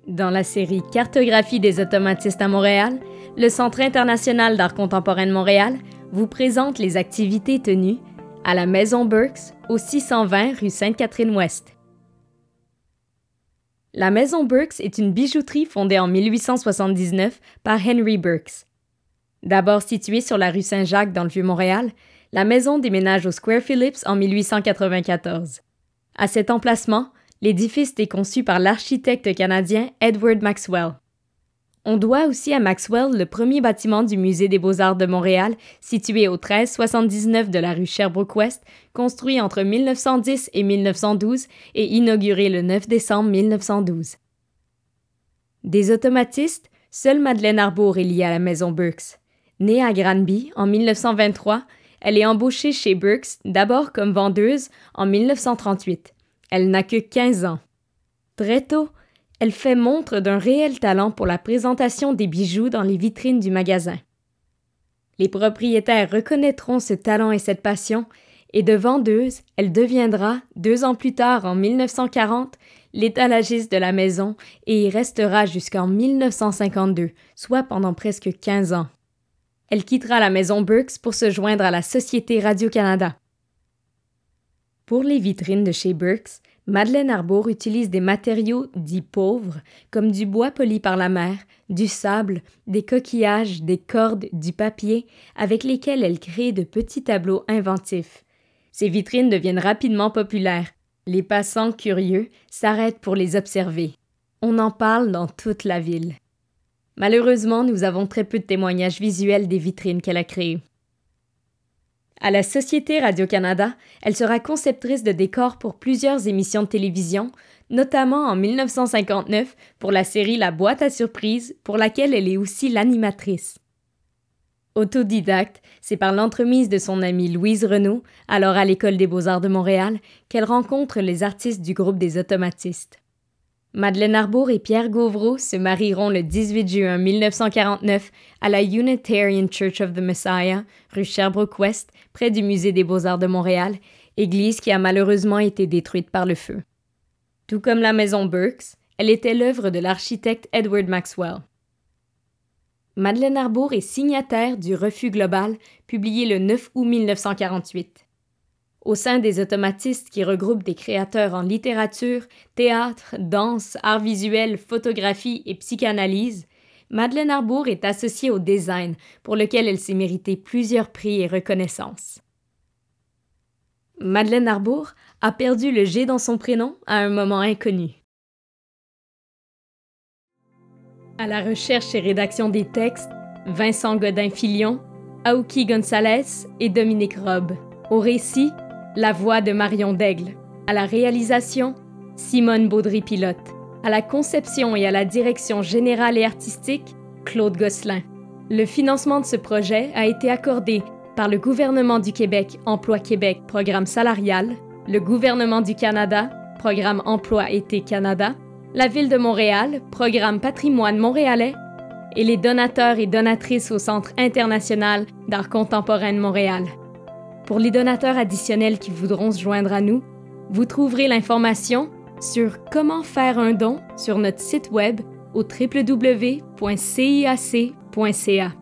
Dans la série Cartographie des automatistes à Montréal, le Centre international d'art contemporain de Montréal vous présente les activités tenues à la Maison Burks, au 620 rue Sainte-Catherine-Ouest. La Maison Burks est une bijouterie fondée en 1879 par Henry Burks. D'abord située sur la rue Saint-Jacques dans le Vieux-Montréal, la maison déménage au Square Phillips en 1894. À cet emplacement, l'édifice est conçu par l'architecte canadien Edward Maxwell. On doit aussi à Maxwell le premier bâtiment du Musée des Beaux-Arts de Montréal, situé au 1379 de la rue Sherbrooke-Ouest, construit entre 1910 et 1912 et inauguré le 9 décembre 1912. Des automatistes, seule Madeleine Arbour est liée à la Maison Burks. Née à Granby en 1923, elle est embauchée chez Burks d'abord comme vendeuse en 1938. Elle n'a que 15 ans. Très tôt, elle fait montre d'un réel talent pour la présentation des bijoux dans les vitrines du magasin. Les propriétaires reconnaîtront ce talent et cette passion, et de vendeuse, elle deviendra, 2 ans plus tard, en 1940, l'étalagiste de la maison et y restera jusqu'en 1952, soit pendant presque 15 ans. Elle quittera la Maison Burks pour se joindre à la Société Radio-Canada. Pour les vitrines de chez Burks, Madeleine Arbour utilise des matériaux dits pauvres, comme du bois poli par la mer, du sable, des coquillages, des cordes, du papier, avec lesquels elle crée de petits tableaux inventifs. Ces vitrines deviennent rapidement populaires. Les passants curieux s'arrêtent pour les observer. On en parle dans toute la ville. Malheureusement, nous avons très peu de témoignages visuels des vitrines qu'elle a créées. À la Société Radio-Canada, elle sera conceptrice de décors pour plusieurs émissions de télévision, notamment en 1959 pour la série La Boîte à surprises, pour laquelle elle est aussi l'animatrice. Autodidacte, c'est par l'entremise de son amie Louise Renaud, alors à l'École des Beaux-Arts de Montréal, qu'elle rencontre les artistes du groupe des automatistes. Madeleine Arbour et Pierre Gauvreau se marieront le 18 juin 1949 à la Unitarian Church of the Messiah, rue Sherbrooke-Ouest, près du Musée des Beaux-Arts de Montréal, église qui a malheureusement été détruite par le feu. Tout comme la Maison Burks, elle était l'œuvre de l'architecte Edward Maxwell. Madeleine Arbour est signataire du Refus global, publié le 9 août 1948. Au sein des automatistes qui regroupent des créateurs en littérature, théâtre, danse, arts visuels, photographie et psychanalyse, Madeleine Arbour est associée au design, pour lequel elle s'est méritée plusieurs prix et reconnaissances. Madeleine Arbour a perdu le G dans son prénom à un moment inconnu. À la recherche et rédaction des textes, Vincent Godin-Filion, Aouki Gonzalez et Dominique Robe. Au récit, la voix de Marion Daigle. À la réalisation, Simone Baudry-Pilote. À la conception et à la direction générale et artistique, Claude Gosselin. Le financement de ce projet a été accordé par le gouvernement du Québec, Emploi Québec, programme salarial, le gouvernement du Canada, programme Emploi-Été Canada, la Ville de Montréal, programme Patrimoine montréalais, et les donateurs et donatrices au Centre international d'art contemporain de Montréal. Pour les donateurs additionnels qui voudront se joindre à nous, vous trouverez l'information sur comment faire un don sur notre site web au www.ciac.ca.